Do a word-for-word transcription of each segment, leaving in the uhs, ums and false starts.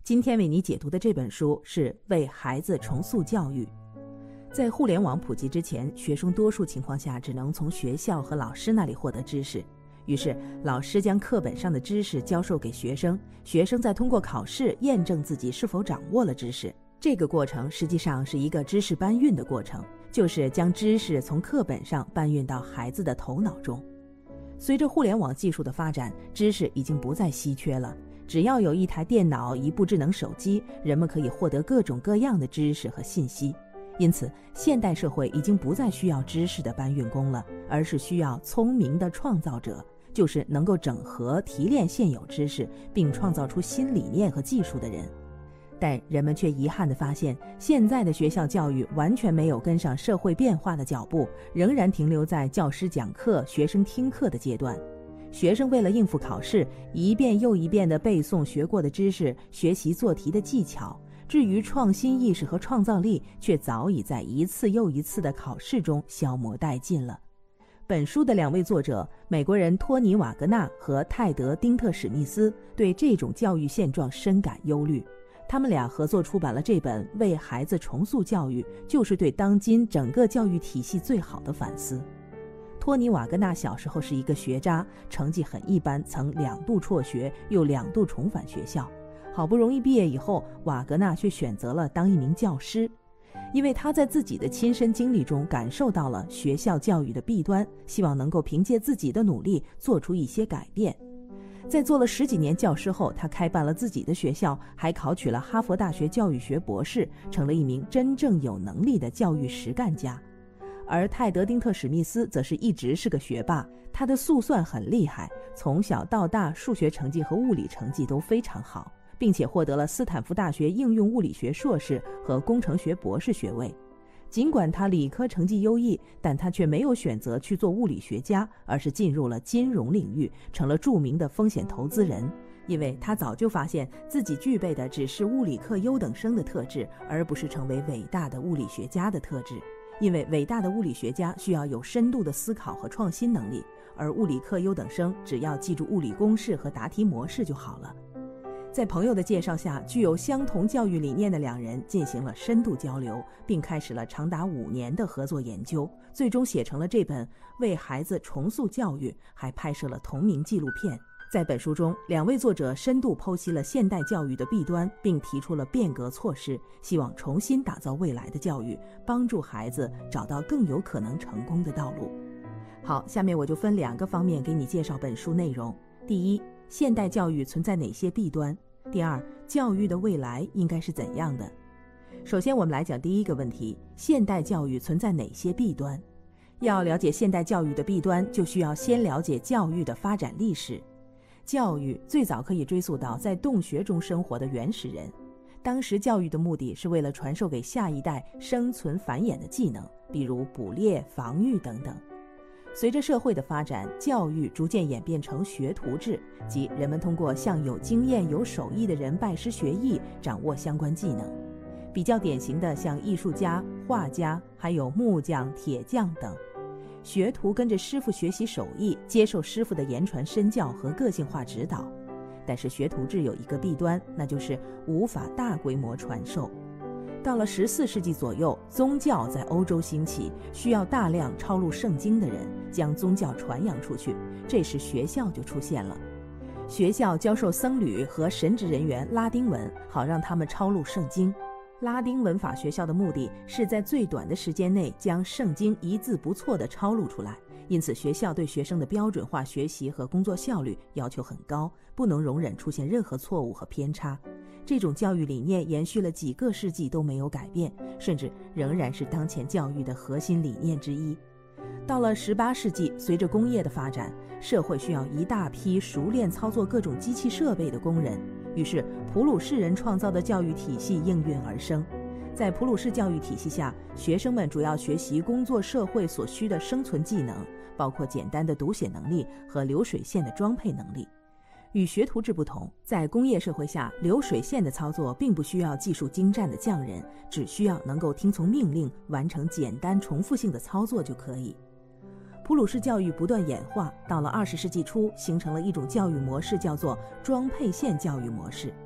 今天为你解读的这本书是《为孩子重塑教育》。在互联网普及之前，学生多数情况下只能从学校和老师那里获得知识。于是，老师将课本上的知识教授给学生，学生再通过考试验证自己是否掌握了知识。这个过程实际上是一个知识搬运的过程，就是将知识从课本上搬运到孩子的头脑中。随着互联网技术的发展，知识已经不再稀缺了。只要有一台电脑、一部智能手机，人们可以获得各种各样的知识和信息。因此，现代社会已经不再需要知识的搬运工了，而是需要聪明的创造者，就是能够整合提炼现有知识，并创造出新理念和技术的人。但人们却遗憾地发现，现在的学校教育完全没有跟上社会变化的脚步，仍然停留在教师讲课、学生听课的阶段。学生为了应付考试，一遍又一遍地背诵学过的知识，学习做题的技巧。至于创新意识和创造力，却早已在一次又一次的考试中消磨殆尽了。本书的两位作者，美国人托尼·瓦格纳和泰德·丁特史密斯，对这种教育现状深感忧虑。他们俩合作出版了这本《为孩子重塑教育》，就是对当今整个教育体系最好的反思。托尼·瓦格纳小时候是一个学渣，成绩很一般，曾两度辍学，又两度重返学校。好不容易毕业以后，瓦格纳却选择了当一名教师，因为他在自己的亲身经历中感受到了学校教育的弊端，希望能够凭借自己的努力做出一些改变。在做了十几年教师后，他开办了自己的学校，还考取了哈佛大学教育学博士，成了一名真正有能力的教育实干家。而泰德·丁特史密斯则是一直是个学霸，他的速算很厉害，从小到大数学成绩和物理成绩都非常好，并且获得了斯坦福大学应用物理学硕士和工程学博士学位。尽管他理科成绩优异，但他却没有选择去做物理学家，而是进入了金融领域，成了著名的风险投资人。因为他早就发现自己具备的只是物理课优等生的特质，而不是成为伟大的物理学家的特质。因为伟大的物理学家需要有深度的思考和创新能力，而物理课优等生只要记住物理公式和答题模式就好了。在朋友的介绍下，具有相同教育理念的两人进行了深度交流，并开始了长达五年的合作研究，最终写成了这本《为孩子重塑教育》，还拍摄了同名纪录片。在本书中，两位作者深度剖析了现代教育的弊端，并提出了变革措施，希望重新打造未来的教育，帮助孩子找到更有可能成功的道路。好，下面我就分两个方面给你介绍本书内容。第一，现代教育存在哪些弊端？第二，教育的未来应该是怎样的？首先，我们来讲第一个问题，现代教育存在哪些弊端？要了解现代教育的弊端，就需要先了解教育的发展历史。教育最早可以追溯到在洞穴中生活的原始人，当时教育的目的是为了传授给下一代生存繁衍的技能，比如捕猎、防御等等。随着社会的发展，教育逐渐演变成学徒制，即人们通过向有经验有手艺的人拜师学艺，掌握相关技能。比较典型的像艺术家、画家，还有木匠、铁匠等。学徒跟着师傅学习手艺，接受师傅的言传身教和个性化指导。但是学徒制有一个弊端，那就是无法大规模传授。到了十四世纪左右，宗教在欧洲兴起，需要大量抄录圣经的人，将宗教传扬出去，这时学校就出现了。学校教授僧侣和神职人员拉丁文，好让他们抄录圣经。拉丁文法学校的目的是在最短的时间内将圣经一字不错地抄录出来，因此学校对学生的标准化学习和工作效率要求很高，不能容忍出现任何错误和偏差。这种教育理念延续了几个世纪都没有改变，甚至仍然是当前教育的核心理念之一。到了十八世纪，随着工业的发展，社会需要一大批熟练操作各种机器设备的工人，于是普鲁士人创造的教育体系应运而生。在普鲁士教育体系下，学生们主要学习工作社会所需的生存技能，包括简单的读写能力和流水线的装配能力。与学徒制不同，在工业社会下，流水线的操作并不需要技术精湛的匠人，只需要能够听从命令，完成简单重复性的操作就可以。普鲁士教育不断演化，到了二十世纪初，形成了一种教育模式，叫做装配线教育模式。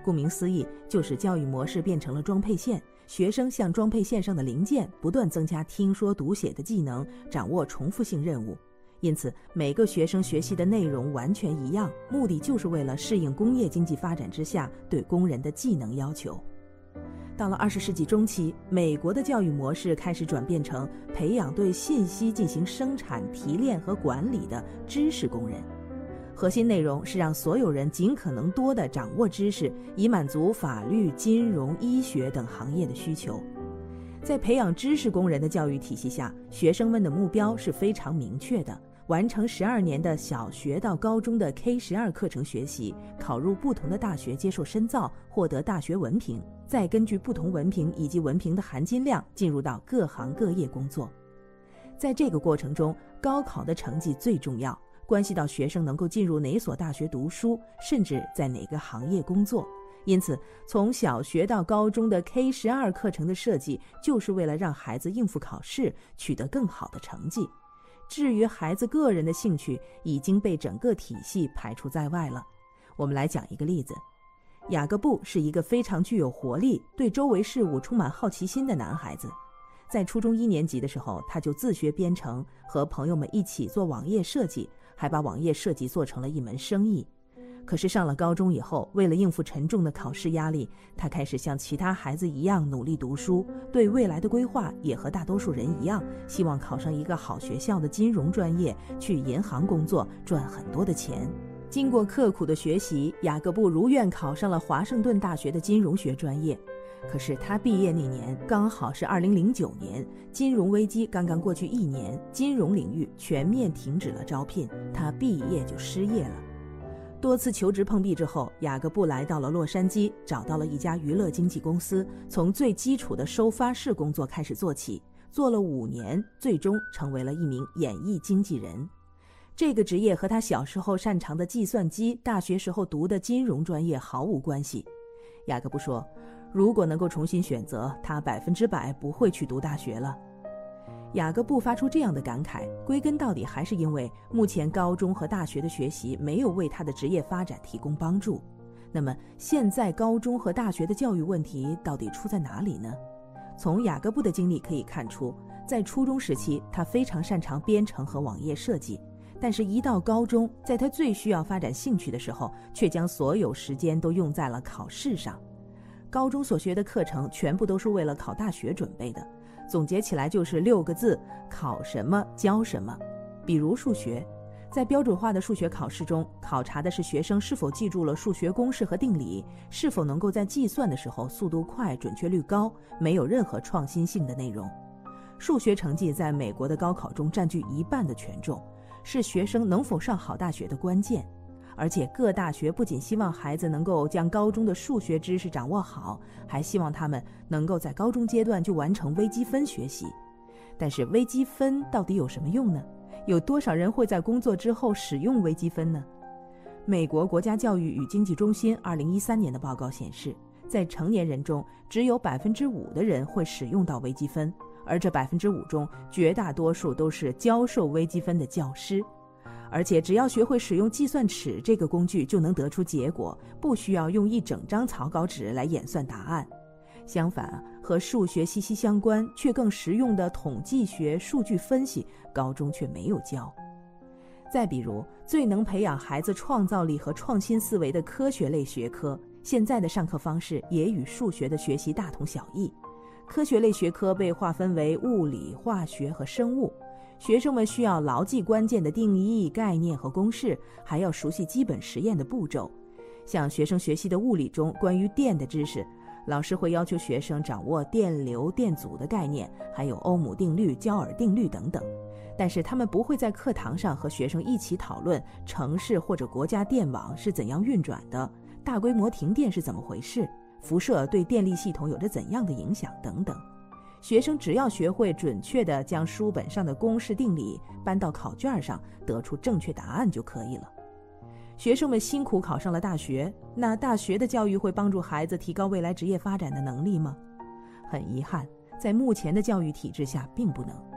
顾名思义，就是教育模式变成了装配线，学生像装配线上的零件，不断增加听说读写的技能，掌握重复性任务。因此每个学生学习的内容完全一样，目的就是为了适应工业经济发展之下对工人的技能要求。到了二十世纪中期，美国的教育模式开始转变成培养对信息进行生产、提炼和管理的知识工人。核心内容是让所有人尽可能多地掌握知识，以满足法律、金融、医学等行业的需求。在培养知识工人的教育体系下，学生们的目标是非常明确的，完成十二年的小学到高中的 K 十二 课程学习，考入不同的大学接受深造，获得大学文凭，再根据不同文凭以及文凭的含金量进入到各行各业工作。在这个过程中，高考的成绩最重要，关系到学生能够进入哪所大学读书，甚至在哪个行业工作。因此从小学到高中的 K 十二 课程的设计，就是为了让孩子应付考试，取得更好的成绩。至于孩子个人的兴趣，已经被整个体系排除在外了。我们来讲一个例子。雅各布是一个非常具有活力，对周围事物充满好奇心的男孩子。在初中一年级的时候，他就自学编程，和朋友们一起做网页设计，还把网页设计做成了一门生意。可是上了高中以后，为了应付沉重的考试压力，他开始像其他孩子一样努力读书，对未来的规划也和大多数人一样，希望考上一个好学校的金融专业，去银行工作，赚很多的钱。经过刻苦的学习，雅各布如愿考上了华盛顿大学的金融学专业。可是他毕业那年刚好是二零零九年，金融危机刚刚过去一年，金融领域全面停止了招聘，他毕业就失业了。多次求职碰壁之后，雅各布来到了洛杉矶，找到了一家娱乐经纪公司，从最基础的收发室工作开始做起，做了五年，最终成为了一名演艺经纪人。这个职业和他小时候擅长的计算机、大学时候读的金融专业毫无关系。雅各布说，如果能够重新选择，他百分之百不会去读大学了。雅各布发出这样的感慨，归根到底还是因为目前高中和大学的学习没有为他的职业发展提供帮助。那么现在高中和大学的教育问题到底出在哪里呢？从雅各布的经历可以看出，在初中时期他非常擅长编程和网页设计，但是一到高中，在他最需要发展兴趣的时候，却将所有时间都用在了考试上。高中所学的课程全部都是为了考大学准备的，总结起来就是六个字：考什么教什么。比如数学，在标准化的数学考试中，考察的是学生是否记住了数学公式和定理，是否能够在计算的时候速度快、准确率高，没有任何创新性的内容。数学成绩在美国的高考中占据一半的权重，是学生能否上好大学的关键。而且各大学不仅希望孩子能够将高中的数学知识掌握好，还希望他们能够在高中阶段就完成微积分学习。但是微积分到底有什么用呢？有多少人会在工作之后使用微积分呢？美国国家教育与经济中心二零一三年的报告显示，在成年人中只有百分之五的人会使用到微积分，而这百分之五中绝大多数都是教授微积分的教师。而且只要学会使用计算尺这个工具，就能得出结果，不需要用一整张草稿纸来演算答案。相反，和数学息息相关却更实用的统计学、数据分析，高中却没有教。再比如，最能培养孩子创造力和创新思维的科学类学科，现在的上课方式也与数学的学习大同小异。科学类学科被划分为物理、化学和生物。学生们需要牢记关键的定义、概念和公式，还要熟悉基本实验的步骤。像学生学习的物理中关于电的知识，老师会要求学生掌握电流、电阻的概念，还有欧姆定律、焦耳定律等等。但是他们不会在课堂上和学生一起讨论城市或者国家电网是怎样运转的，大规模停电是怎么回事，辐射对电力系统有着怎样的影响等等。学生只要学会准确地将书本上的公式定理搬到考卷上，得出正确答案就可以了。学生们辛苦考上了大学，那大学的教育会帮助孩子提高未来职业发展的能力吗？很遗憾，在目前的教育体制下并不能。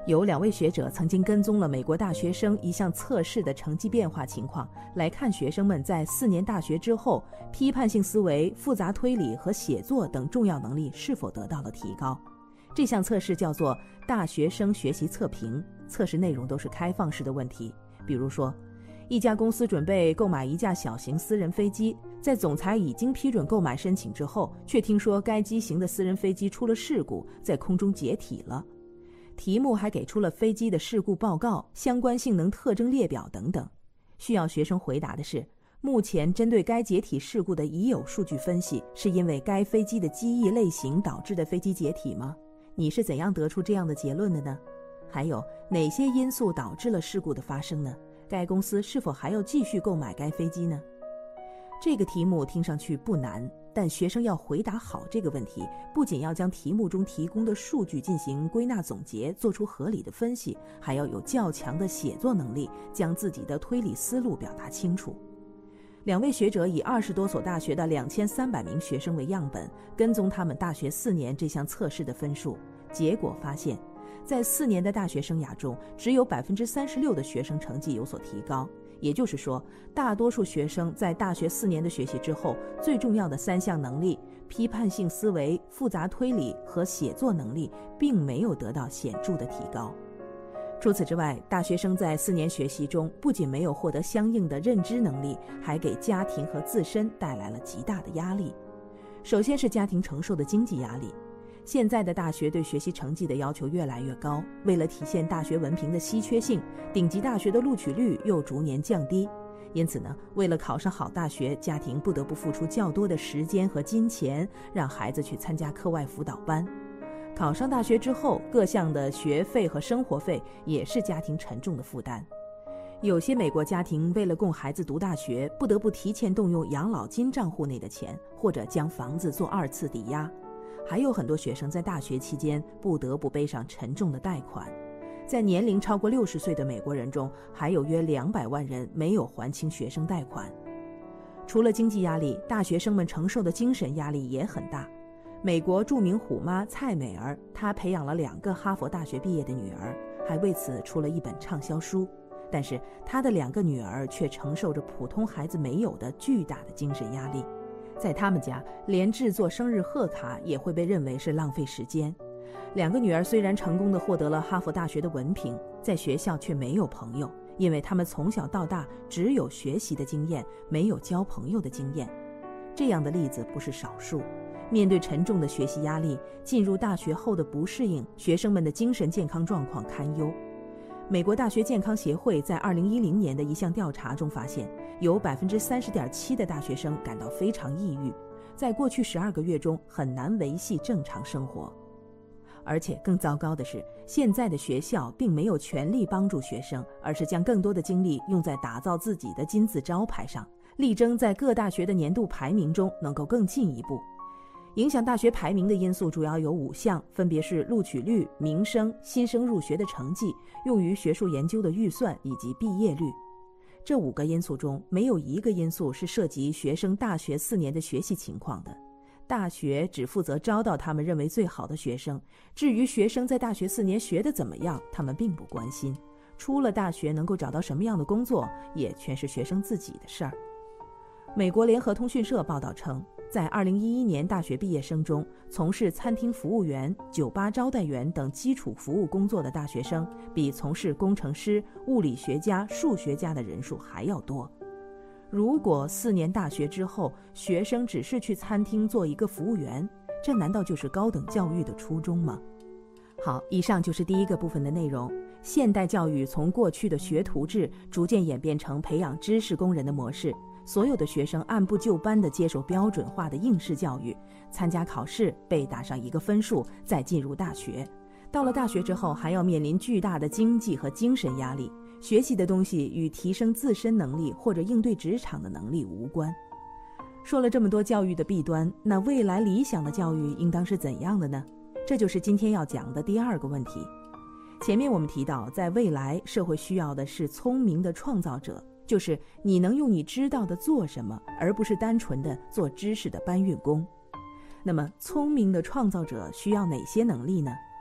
有两位学者曾经跟踪了美国大学生一项测试的成绩变化情况，来看学生们在四年大学之后，批判性思维、复杂推理和写作等重要能力是否得到了提高。这项测试叫做大学生学习测评，测试内容都是开放式的问题。比如说，一家公司准备购买一架小型私人飞机，在总裁已经批准购买申请之后，却听说该机型的私人飞机出了事故，在空中解体了。题目还给出了飞机的事故报告、相关性能特征列表等等。需要学生回答的是，目前针对该解体事故的已有数据分析，是因为该飞机的机翼类型导致的飞机解体吗？你是怎样得出这样的结论的呢？还有哪些因素导致了事故的发生呢？该公司是否还要继续购买该飞机呢？这个题目听上去不难，但学生要回答好这个问题，不仅要将题目中提供的数据进行归纳总结，做出合理的分析，还要有较强的写作能力，将自己的推理思路表达清楚。两位学者以二十多所大学的两千三百名学生为样本，跟踪他们大学四年这项测试的分数，结果发现，在四年的大学生涯中，只有百分之三十六的学生成绩有所提高。也就是说，大多数学生在大学四年的学习之后，最重要的三项能力——批判性思维、复杂推理和写作能力，并没有得到显著的提高。除此之外，大学生在四年学习中不仅没有获得相应的认知能力，还给家庭和自身带来了极大的压力。首先是家庭承受的经济压力。现在的大学对学习成绩的要求越来越高，为了体现大学文凭的稀缺性，顶级大学的录取率又逐年降低。因此呢，为了考上好大学，家庭不得不付出较多的时间和金钱，让孩子去参加课外辅导班。考上大学之后，各项的学费和生活费也是家庭沉重的负担。有些美国家庭为了供孩子读大学，不得不提前动用养老金账户内的钱，或者将房子做二次抵押。还有很多学生在大学期间不得不背上沉重的贷款。在年龄超过六十岁的美国人中，还有约两百万人没有还清学生贷款。除了经济压力，大学生们承受的精神压力也很大。美国著名虎妈蔡美儿，她培养了两个哈佛大学毕业的女儿，还为此出了一本畅销书。但是她的两个女儿却承受着普通孩子没有的巨大的精神压力。在他们家，连制作生日贺卡也会被认为是浪费时间。两个女儿虽然成功地获得了哈佛大学的文凭，在学校却没有朋友，因为她们从小到大只有学习的经验，没有交朋友的经验。这样的例子不是少数。面对沉重的学习压力，进入大学后的不适应，学生们的精神健康状况堪忧。美国大学健康协会在二零一零年的一项调查中发现，有百分之三十点七的大学生感到非常抑郁，在过去十二个月中很难维系正常生活。而且更糟糕的是，现在的学校并没有全力帮助学生，而是将更多的精力用在打造自己的金字招牌上，力争在各大学的年度排名中能够更进一步。影响大学排名的因素主要有五项，分别是录取率、名声、新生入学的成绩、用于学术研究的预算以及毕业率。这五个因素中，没有一个因素是涉及学生大学四年的学习情况的。大学只负责招到他们认为最好的学生，至于学生在大学四年学得怎么样，他们并不关心。出了大学能够找到什么样的工作，也全是学生自己的事儿。美国联合通讯社报道称，在二零一一年大学毕业生中，从事餐厅服务员、酒吧招待员等基础服务工作的大学生，比从事工程师、物理学家、数学家的人数还要多。如果四年大学之后，学生只是去餐厅做一个服务员，这难道就是高等教育的初衷吗？好，以上就是第一个部分的内容。现代教育从过去的学徒制逐渐演变成培养知识工人的模式，所有的学生按部就班地接受标准化的应试教育，参加考试，被打上一个分数，再进入大学。到了大学之后，还要面临巨大的经济和精神压力，学习的东西与提升自身能力或者应对职场的能力无关。说了这么多教育的弊端，那未来理想的教育应当是怎样的呢？这就是今天要讲的第二个问题。前面我们提到，在未来社会需要的是聪明的创造者，就是你能用你知道的做什么，而不是单纯的做知识的搬运工。那么聪明的创造者需要哪些能力呢？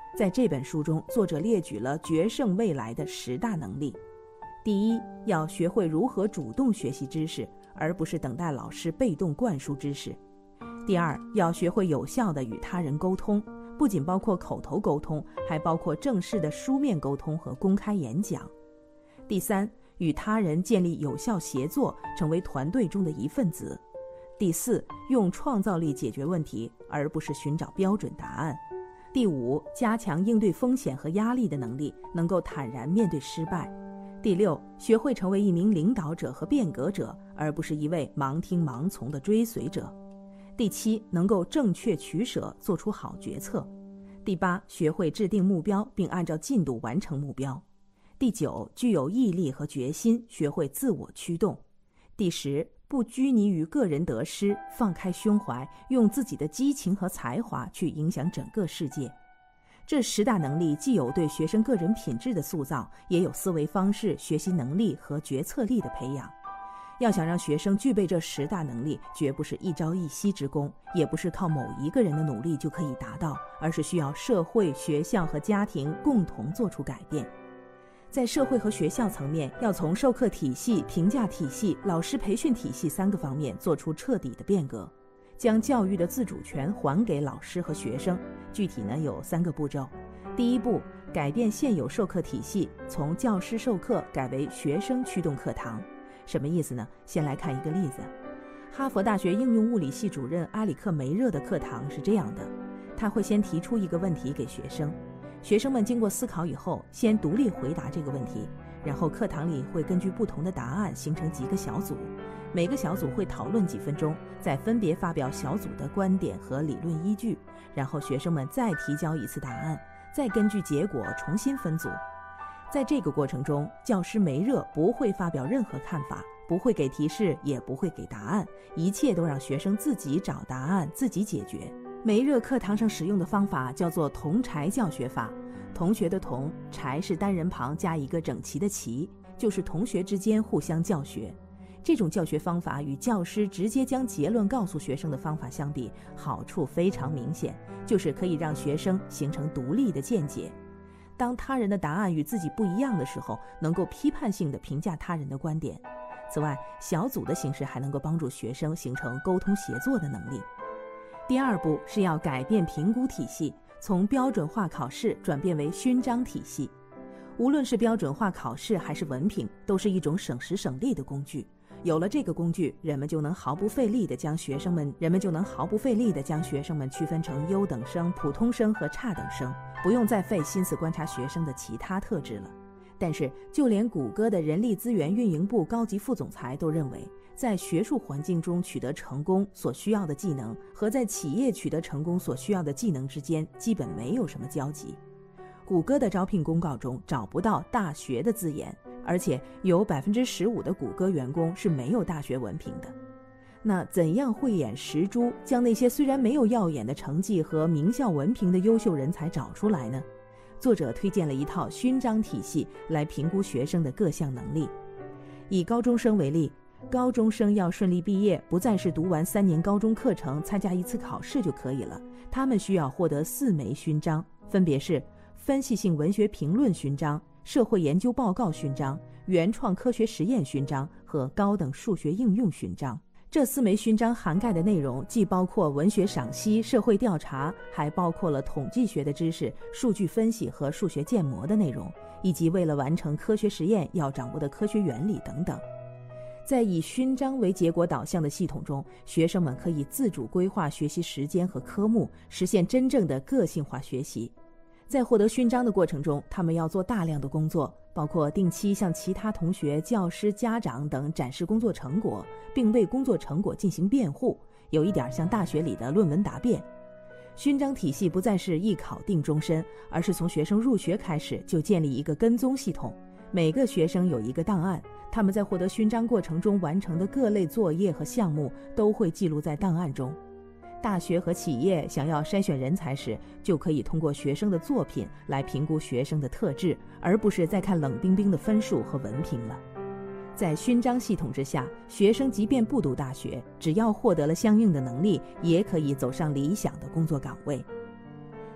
在这本书中，作者列举了决胜未来的十大能力。第一，要学会如何主动学习知识，而不是等待老师被动灌输知识。第二，要学会有效地与他人沟通，不仅包括口头沟通，还包括正式的书面沟通和公开演讲。第三，与他人建立有效协作，成为团队中的一份子。第四，用创造力解决问题，而不是寻找标准答案。第五，加强应对风险和压力的能力，能够坦然面对失败。第六，学会成为一名领导者和变革者，而不是一位盲听盲从的追随者。第七，能够正确取舍，做出好决策。第八，学会制定目标，并按照进度完成目标。第九，具有毅力和决心，学会自我驱动。第十，不拘泥于个人得失，放开胸怀，用自己的激情和才华去影响整个世界。这十大能力既有对学生个人品质的塑造，也有思维方式、学习能力和决策力的培养。要想让学生具备这十大能力，绝不是一朝一夕之功，也不是靠某一个人的努力就可以达到，而是需要社会、学校和家庭共同做出改变。在社会和学校层面，要从授课体系、评价体系、老师培训体系三个方面做出彻底的变革，将教育的自主权还给老师和学生。具体呢有三个步骤。第一步，改变现有授课体系，从教师授课改为学生驱动课堂。什么意思呢？先来看一个例子。哈佛大学应用物理系主任埃里克梅热的课堂是这样的，他会先提出一个问题给学生，学生们经过思考以后，先独立回答这个问题，然后课堂里会根据不同的答案形成几个小组，每个小组会讨论几分钟，再分别发表小组的观点和理论依据，然后学生们再提交一次答案，再根据结果重新分组。在这个过程中，教师梅热不会发表任何看法，不会给提示，也不会给答案，一切都让学生自己找答案，自己解决。梅热课堂上使用的方法叫做同柴教学法，同学的同，柴是单人旁加一个整齐的齐，就是同学之间互相教学。这种教学方法与教师直接将结论告诉学生的方法相比，好处非常明显，就是可以让学生形成独立的见解。当他人的答案与自己不一样的时候，能够批判性地评价他人的观点。此外，小组的形式还能够帮助学生形成沟通协作的能力。第二步是要改变评估体系，从标准化考试转变为勋章体系。无论是标准化考试还是文凭，都是一种省时省力的工具。有了这个工具，人们就能毫不费力地将学生们，人们就能毫不费力地将学生们区分成优等生、普通生和差等生，不用再费心思观察学生的其他特质了。但是，就连谷歌的人力资源运营部高级副总裁都认为，在学术环境中取得成功所需要的技能和在企业取得成功所需要的技能之间基本没有什么交集。谷歌的招聘公告中找不到大学的字眼，而且有 百分之十五 的谷歌员工是没有大学文凭的。那怎样慧眼识珠，将那些虽然没有耀眼的成绩和名校文凭的优秀人才找出来呢？作者推荐了一套勋章体系来评估学生的各项能力。以高中生为例，高中生要顺利毕业，不再是读完三年高中课程，参加一次考试就可以了，他们需要获得四枚勋章，分别是分析性文学评论勋章、社会研究报告勋章、原创科学实验勋章和高等数学应用勋章。这四枚勋章涵盖的内容既包括文学赏析、社会调查，还包括了统计学的知识、数据分析和数学建模的内容，以及为了完成科学实验要掌握的科学原理等等。在以勋章为结果导向的系统中，学生们可以自主规划学习时间和科目，实现真正的个性化学习。在获得勋章的过程中，他们要做大量的工作，包括定期向其他同学、教师、家长等展示工作成果，并为工作成果进行辩护，有一点像大学里的论文答辩。勋章体系不再是一考定终身，而是从学生入学开始就建立一个跟踪系统，每个学生有一个档案，他们在获得勋章过程中完成的各类作业和项目都会记录在档案中。大学和企业想要筛选人才时，就可以通过学生的作品来评估学生的特质，而不是再看冷冰冰的分数和文凭了。在勋章系统之下，学生即便不读大学，只要获得了相应的能力，也可以走上理想的工作岗位。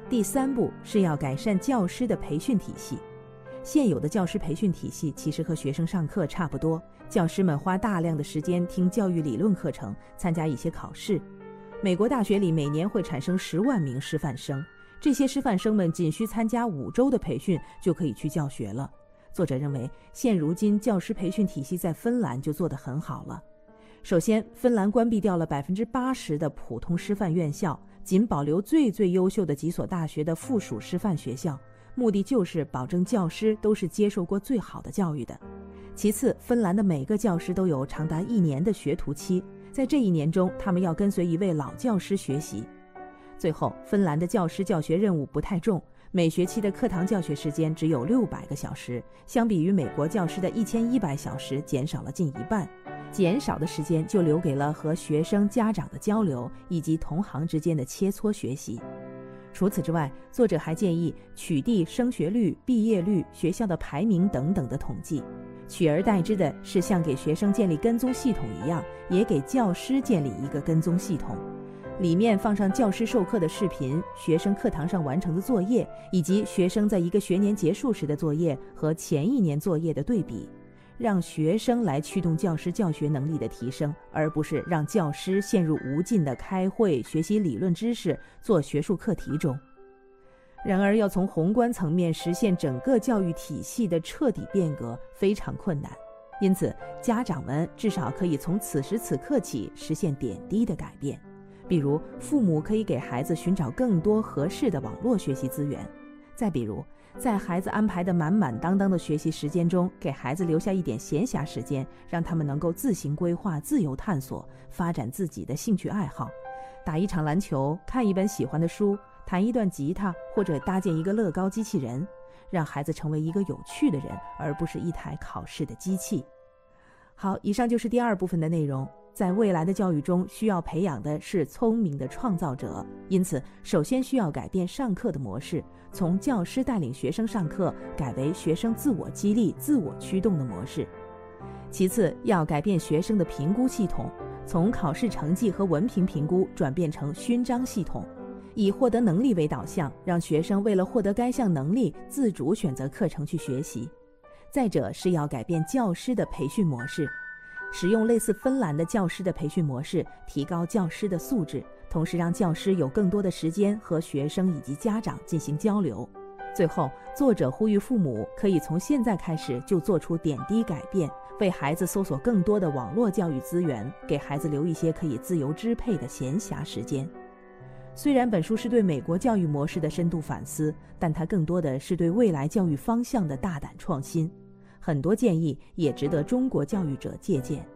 第三步是要改善教师的培训体系。现有的教师培训体系其实和学生上课差不多，教师们花大量的时间听教育理论课程，参加一些考试。美国大学里每年会产生十万名师范生，这些师范生们仅需参加五周的培训就可以去教学了。作者认为，现如今教师培训体系在芬兰就做得很好了。首先，芬兰关闭掉了百分之八十的普通师范院校，仅保留最最优秀的几所大学的附属师范学校，目的就是保证教师都是接受过最好的教育的。其次，芬兰的每个教师都有长达一年的学徒期，在这一年中，他们要跟随一位老教师学习。最后，芬兰的教师教学任务不太重，每学期的课堂教学时间只有六百个小时，相比于美国教师的一千一百小时减少了近一半。减少的时间就留给了和学生家长的交流以及同行之间的切磋学习。除此之外，作者还建议取缔升学率、毕业率、学校的排名等等的统计，取而代之的是像给学生建立跟踪系统一样，也给教师建立一个跟踪系统，里面放上教师授课的视频、学生课堂上完成的作业，以及学生在一个学年结束时的作业和前一年作业的对比，让学生来驱动教师教学能力的提升，而不是让教师陷入无尽的开会、学习理论知识、做学术课题中。然而，要从宏观层面实现整个教育体系的彻底变革非常困难，因此家长们至少可以从此时此刻起实现点滴的改变。比如，父母可以给孩子寻找更多合适的网络学习资源，再比如在孩子安排的满满当当的学习时间中，给孩子留下一点闲暇时间，让他们能够自行规划、自由探索，发展自己的兴趣爱好，打一场篮球，看一本喜欢的书，弹一段吉他，或者搭建一个乐高机器人，让孩子成为一个有趣的人，而不是一台考试的机器。好，以上就是第二部分的内容。在未来的教育中，需要培养的是聪明的创造者，因此首先需要改变上课的模式，从教师带领学生上课改为学生自我激励、自我驱动的模式。其次，要改变学生的评估系统，从考试成绩和文凭评估转变成勋章系统，以获得能力为导向，让学生为了获得该项能力自主选择课程去学习。再者是要改变教师的培训模式，使用类似芬兰的教师的培训模式，提高教师的素质，同时让教师有更多的时间和学生以及家长进行交流。最后，作者呼吁父母可以从现在开始就做出点滴改变，为孩子搜索更多的网络教育资源，给孩子留一些可以自由支配的闲暇时间。虽然本书是对美国教育模式的深度反思，但它更多的是对未来教育方向的大胆创新。很多建议也值得中国教育者借鉴。